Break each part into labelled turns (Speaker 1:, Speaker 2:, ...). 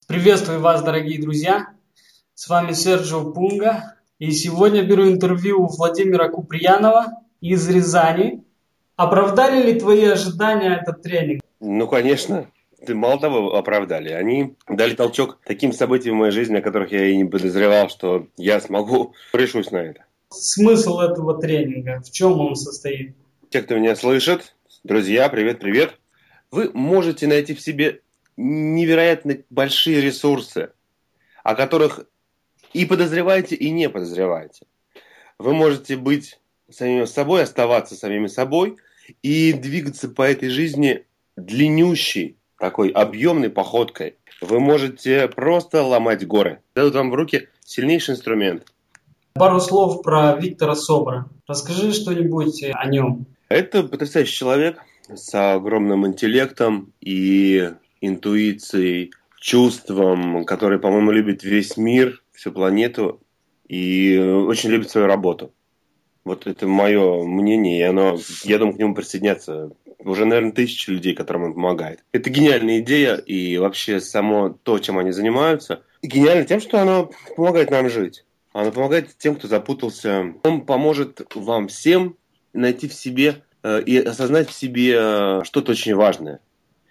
Speaker 1: Приветствую вас, дорогие друзья! С вами Серджио Пунга. И сегодня беру интервью у Владимира Куприянова из Рязани. Оправдали ли твои ожидания этот тренинг?
Speaker 2: Ну, конечно. Ты мало того оправдали. Они дали толчок таким событиям в моей жизни, о которых я и не подозревал, что я смогу, решусь на это.
Speaker 1: Смысл этого тренинга, в чем он состоит?
Speaker 2: Те, кто меня слышит, друзья, привет. Вы можете найти в себе невероятно большие ресурсы, о которых и подозреваете, и не подозреваете. Вы можете быть самим собой, оставаться самими собой и двигаться по этой жизни длиннющей, такой объемной походкой. Вы можете просто ломать горы. Дадут вам в руки сильнейший инструмент.
Speaker 1: Пару слов про Виктора Собра. Расскажи что-нибудь о нем.
Speaker 2: Это потрясающий человек с огромным интеллектом и интуицией, чувством, который, по-моему, любит весь мир, всю планету и очень любит свою работу. Вот это мое мнение, и оно, я думаю, к нему присоединятся уже, наверное, тысячи людей, которым он помогает. Это гениальная идея, и вообще само то, чем они занимаются, гениально тем, что оно помогает нам жить. Оно помогает тем, кто запутался. Он поможет вам всем найти в себе и осознать в себе что-то очень важное.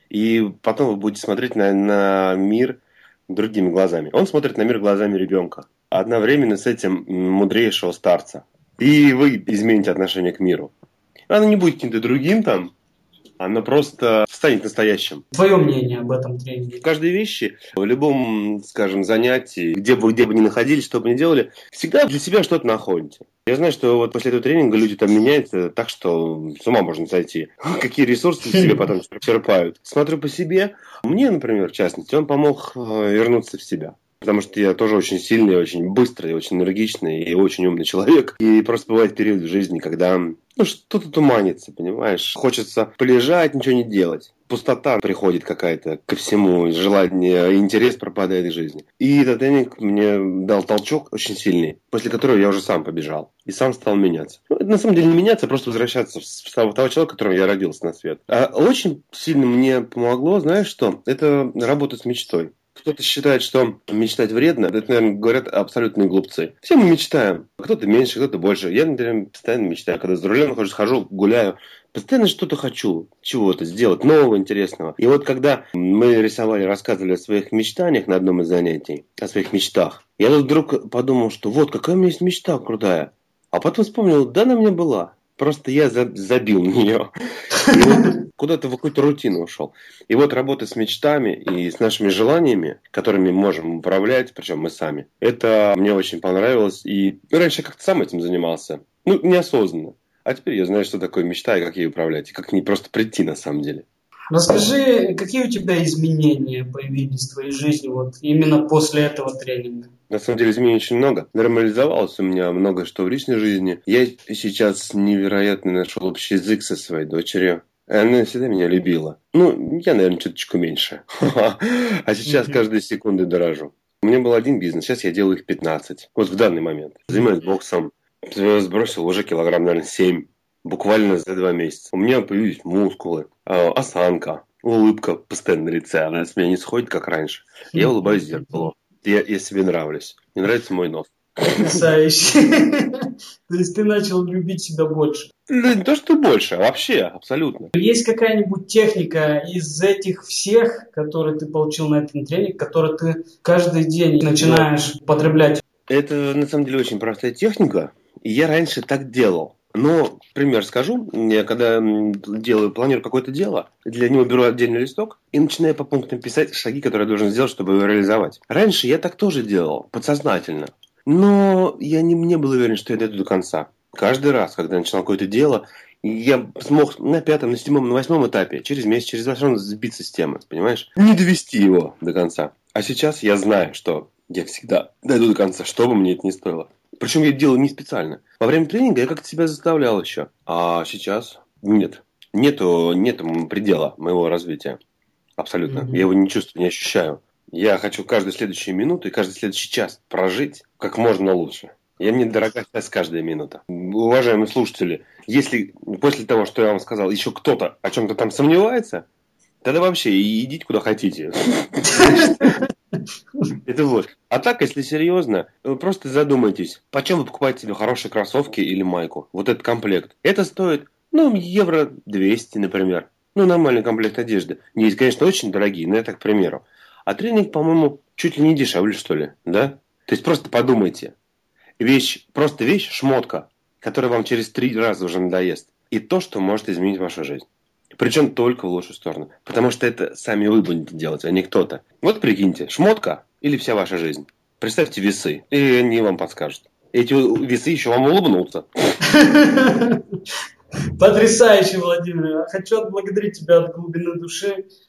Speaker 2: И потом вы будете смотреть на мир другими глазами. Он смотрит на мир глазами ребенка, одновременно с этим мудрейшего старца. И вы измените отношение к миру. Оно не будет каким-то другим там, оно просто станет настоящим.
Speaker 1: Твое мнение об этом тренинге?
Speaker 2: В каждой вещи, в любом, скажем, занятии, где бы ни находились, что бы ни делали, всегда для себя что-то находите. Я знаю, что вот после этого тренинга люди там меняются так, что с ума можно сойти. Какие ресурсы в себе потом черпают. Смотрю по себе. Мне, например, в частности, он помог вернуться в себя. Потому что я тоже очень сильный, очень быстрый, очень энергичный и очень умный человек. И просто бывает период в жизни, когда что-то туманится, понимаешь? Хочется полежать, ничего не делать. Пустота приходит какая-то ко всему, желание, интерес пропадает из жизни. И этот тренинг мне дал толчок очень сильный, после которого я уже сам побежал. И сам стал меняться. Это на самом деле не меняться, а просто возвращаться в того человека, которым я родился на свет. А очень сильно мне помогло, знаешь что? Это работа с мечтой. Кто-то считает, что мечтать вредно. Это, наверное, говорят абсолютные глупцы. Все мы мечтаем. Кто-то меньше, кто-то больше. Я, например, постоянно мечтаю. Когда за рулем хожу, гуляю. Постоянно что-то хочу. Чего-то сделать нового, интересного. И вот когда мы рисовали, рассказывали о своих мечтаниях на одном из занятий, о своих мечтах, я тут вдруг подумал, что вот какая у меня есть мечта крутая. А потом вспомнил, да, она у меня была. Просто я забил на нее. И вот куда-то в какую-то рутину ушел. И вот работа с мечтами и с нашими желаниями, которыми можем управлять, причем мы сами, это мне очень понравилось. И раньше я как-то сам этим занимался. Неосознанно. А теперь я знаю, что такое мечта и как ей управлять. И как к ней просто прийти на самом деле.
Speaker 1: Расскажи, какие у тебя изменения появились в твоей жизни вот именно после этого тренинга?
Speaker 2: На самом деле изменений очень много. Нормализовалось у меня много что в личной жизни. Я сейчас невероятно нашел общий язык со своей дочерью. Она всегда меня любила. Я, наверное, чуточку меньше. А сейчас каждой секунды дорожу. У меня был один бизнес, сейчас я делаю их 15. Вот в данный момент. Занимаюсь боксом. Сбросил уже килограмм, наверное, 7. Буквально за 2 месяца. У меня появились мускулы, осанка, улыбка постоянно на лице. Она с меня не сходит, как раньше. Я улыбаюсь в зеркало. Я себе нравлюсь. Мне нравится мой нос.
Speaker 1: Потрясающе. То есть ты начал любить себя больше.
Speaker 2: Не то, что больше, а вообще, абсолютно.
Speaker 1: Есть какая-нибудь техника из этих всех, которые ты получил на этом тренинге, которые ты каждый день начинаешь употреблять?
Speaker 2: Это, на самом деле, очень простая техника. И я раньше так делал. Но, пример скажу, я когда планирую какое-то дело, для него беру отдельный листок и начинаю по пунктам писать шаги, которые я должен сделать, чтобы его реализовать. Раньше я так тоже делал, подсознательно. Но я не был уверен, что я дойду до конца. Каждый раз, когда я начинал какое-то дело, я смог на 5-м, на 7-м, на 8-м этапе, через месяц, через 2, все равно сбиться с темы, понимаешь? Не довести его до конца. А сейчас я знаю, что я всегда дойду до конца, что бы мне это ни стоило. Причем я это делаю не специально. Во время тренинга я как-то себя заставлял еще. А сейчас нет. Нету предела моего развития. Абсолютно. Я его не чувствую, не ощущаю. Я хочу каждую следующую минуту и каждый следующий час прожить как можно лучше. Мне дорога сейчас каждая минута. Уважаемые слушатели, если после того, что я вам сказал, еще кто-то о чем-то там сомневается, тогда вообще идите куда хотите. Это вот. А так, если серьезно, вы просто задумайтесь, почем вы покупаете себе хорошие кроссовки или майку? Вот этот комплект. Это стоит, евро 200, например. Нормальный комплект одежды. Есть, конечно, очень дорогие, но это к примеру. А тренинг, по-моему, чуть ли не дешевле, что ли, да? То есть просто подумайте. Вещь, шмотка, которая вам через 3 раза уже надоест. И то, что может изменить вашу жизнь. Причем только в лучшую сторону. Потому что это сами вы будете делать, а не кто-то. Вот прикиньте, шмотка или вся ваша жизнь. Представьте весы, и они вам подскажут. Эти весы еще вам улыбнутся.
Speaker 1: Потрясающе, Владимир. Хочу отблагодарить тебя от глубины души